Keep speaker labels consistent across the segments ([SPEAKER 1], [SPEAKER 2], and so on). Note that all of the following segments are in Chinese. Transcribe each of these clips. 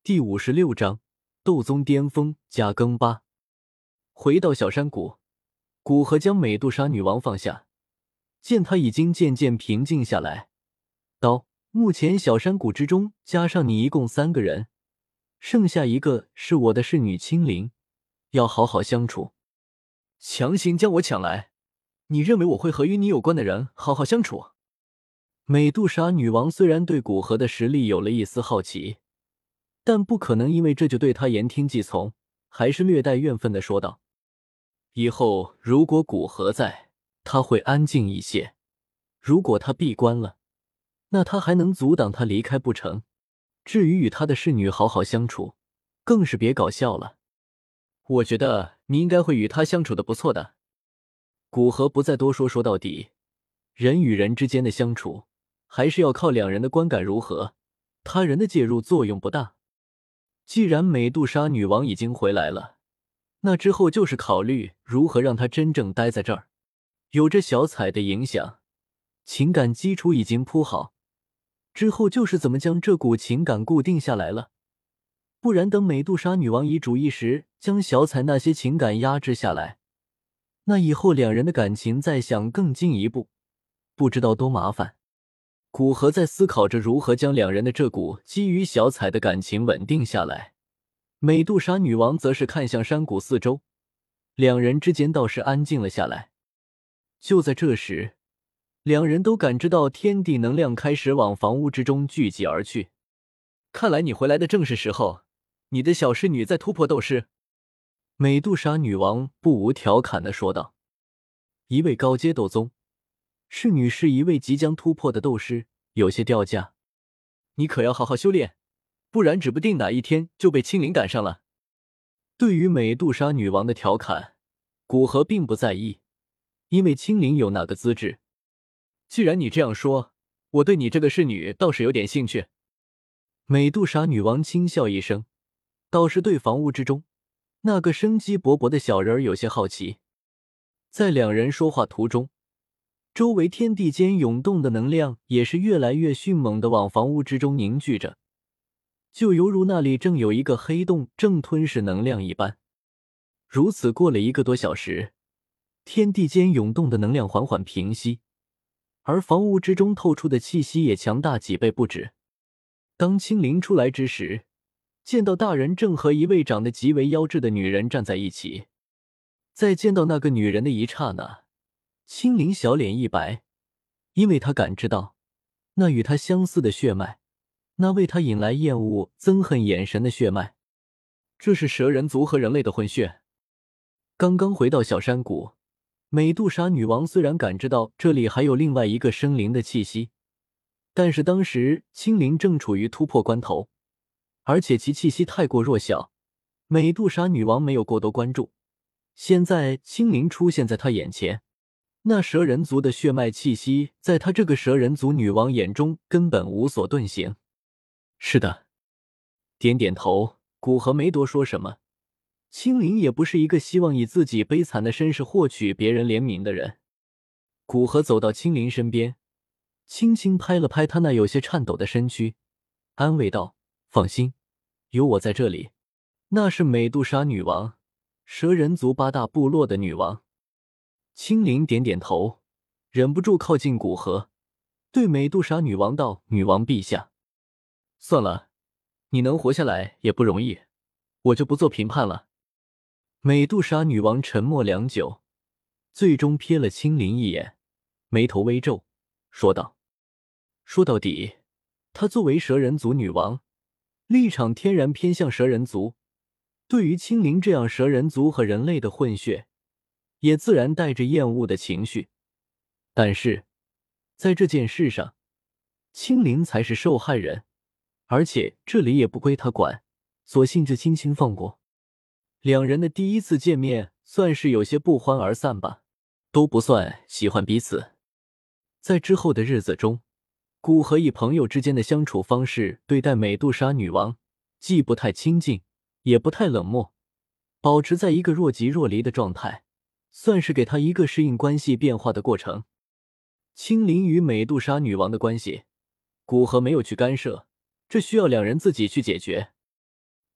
[SPEAKER 1] 第56章斗宗巅峰加更8。回到小山谷，古河将美杜莎女王放下，见她已经渐渐平静下来，道：目前小山谷之中加上你一共3个人，剩下一个是我的侍女青灵，要好好相处。强行将我抢来，你认为我会和与你有关的人好好相处？美杜莎女王虽然对古河的实力有了一丝好奇，但不可能因为这就对他言听计从，还是略带怨愤地说道：以后如果古河在，他会安静一些，如果他闭关了，那他还能阻挡他离开不成？至于与他的侍女好好相处，更是别搞笑了。我觉得你应该会与他相处的不错的。古河不再多说，说到底，人与人之间的相处，还是要靠2人的观感如何，他人的介入作用不大。既然美杜莎女王已经回来了，那之后就是考虑如何让她真正待在这儿。有着小彩的影响，情感基础已经铺好，之后就是怎么将这股情感固定下来了。不然等美杜莎女王以主意时，将小彩那些情感压制下来，那以后2人的感情再想更进一步，不知道多麻烦。古河在思考着如何将2人的这股基于小彩的感情稳定下来，美杜莎女王则是看向山谷四周，2人之间倒是安静了下来。就在这时，2人都感知到天地能量开始往房屋之中聚集而去。看来你回来的正是时候，你的小侍女在突破斗师。美杜莎女王不无调侃地说道。一位高阶斗宗，侍女是一位即将突破的斗师，有些掉价。你可要好好修炼，不然指不定哪一天就被青灵赶上了。对于美杜莎女王的调侃，古河并不在意，因为青灵有那个资质。既然你这样说，我对你这个侍女倒是有点兴趣。美杜莎女王轻笑一声，倒是对房屋之中那个生机勃勃的小人儿有些好奇。在2人说话途中，周围天地间涌动的能量也是越来越迅猛地往房屋之中凝聚着，就犹如那里正有一个黑洞正吞噬能量一般。如此过了1个多小时，天地间涌动的能量缓缓平息，而房屋之中透出的气息也强大几倍不止。当青灵出来之时，见到大人正和一位长得极为妖质的女人站在一起。在见到那个女人的一刹那，青灵小脸一白，因为她感知到那与她相似的血脉，那为她引来厌恶憎恨眼神的血脉，这是蛇人族和人类的混血。刚刚回到小山谷，美杜莎女王虽然感知到这里还有另外一个生灵的气息，但是当时青灵正处于突破关头，而且其气息太过弱小，美杜莎女王没有过多关注。现在青灵出现在她眼前，那蛇人族的血脉气息在她这个蛇人族女王眼中根本无所遁形。是的，点点头，古河没多说什么。青灵也不是一个希望以自己悲惨的身世获取别人怜悯的人。古河走到青灵身边，轻轻拍了拍她那有些颤抖的身躯，安慰道：放心，有我在这里。那是美杜莎女王，蛇人族8大部落的女王。青灵点点头，忍不住靠近古河，对美杜莎女王道：女王陛下，算了，你能活下来也不容易，我就不做评判了。美杜莎女王沉默良久，最终瞥了青灵一眼，眉头微皱，说道：说到底，她作为蛇人族女王，立场天然偏向蛇人族，对于青灵这样蛇人族和人类的混血，也自然带着厌恶的情绪。但是在这件事上，青灵才是受害人，而且这里也不归他管，索性就轻轻放过。2人的第一次见面算是有些不欢而散吧，都不算喜欢彼此。在之后的日子中，古河以朋友之间的相处方式对待美杜莎女王，既不太亲近，也不太冷漠，保持在一个若即若离的状态，算是给他一个适应关系变化的过程。青灵与美杜莎女王的关系，古河没有去干涉，这需要2人自己去解决。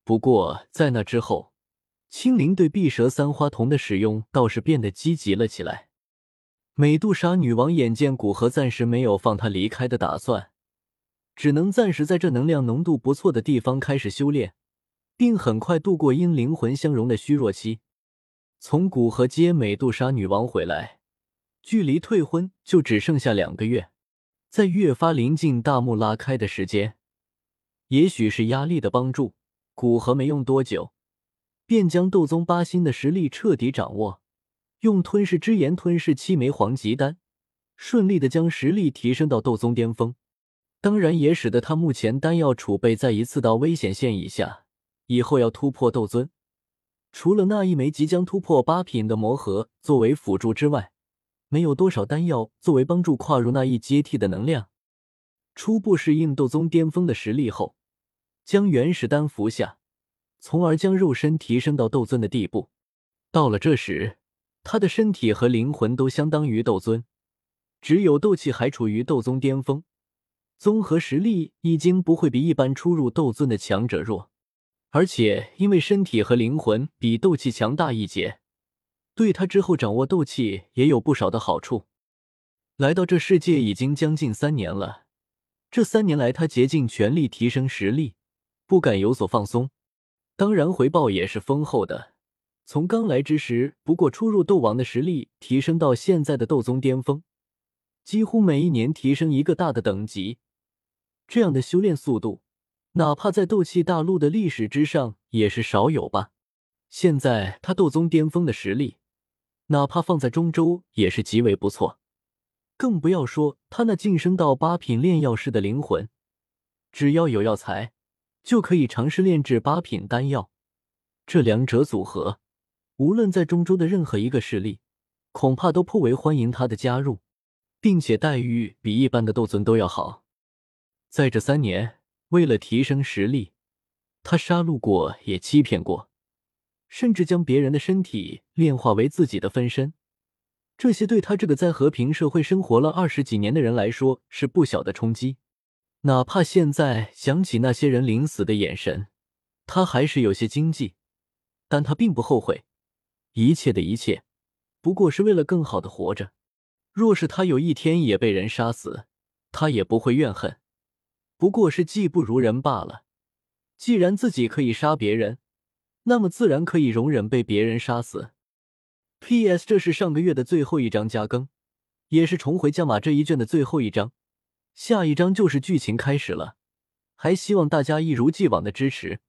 [SPEAKER 1] 不过在那之后，青灵对碧蛇三花瞳的使用倒是变得积极了起来。美杜莎女王眼见古河暂时没有放她离开的打算，只能暂时在这能量浓度不错的地方开始修炼，并很快度过因灵魂相融的虚弱期。从古河接美杜莎女王回来，距离退婚就只剩下2个月。在越发临近大幕拉开的时间，也许是压力的帮助，古河没用多久便将斗宗8星的实力彻底掌握，用吞噬之炎吞噬7枚黄级丹，顺利的将实力提升到斗宗巅峰。当然也使得他目前丹药储备再一次到危险线以下，以后要突破斗尊，除了那一枚即将突破8品的魔核作为辅助之外，没有多少丹药作为帮助跨入那一阶梯的能量。初步适应斗宗巅峰的实力后，将原始丹服下，从而将肉身提升到斗尊的地步。到了这时，他的身体和灵魂都相当于斗尊，只有斗气还处于斗宗巅峰，综合实力已经不会比一般初入斗尊的强者弱，而且因为身体和灵魂比斗气强大一截，对他之后掌握斗气也有不少的好处。来到这世界已经将近3年了，这3年来他竭尽全力提升实力，不敢有所放松，当然回报也是丰厚的。从刚来之时不过初入斗王的实力提升到现在的斗宗巅峰，几乎每一年提升一个大的等级，这样的修炼速度哪怕在斗气大陆的历史之上也是少有吧。现在他斗宗巅峰的实力哪怕放在中州也是极为不错，更不要说他那晋升到8品炼药师的灵魂，只要有药材就可以尝试炼制8品丹药，这两者组合无论在中州的任何一个势力恐怕都颇为欢迎他的加入，并且待遇比一般的斗尊都要好。在这3年，为了提升实力，他杀戮过也欺骗过，甚至将别人的身体炼化为自己的分身，这些对他这个在和平社会生活了20几年的人来说是不小的冲击。哪怕现在想起那些人临死的眼神，他还是有些惊悸，但他并不后悔，一切的一切不过是为了更好的活着。若是他有一天也被人杀死，他也不会怨恨，不过是技不如人罢了。既然自己可以杀别人，那么自然可以容忍被别人杀死。PS 这是上个月的最后一章加更，也是重回加码这一卷的最后一章，下一章就是剧情开始了，还希望大家一如既往的支持。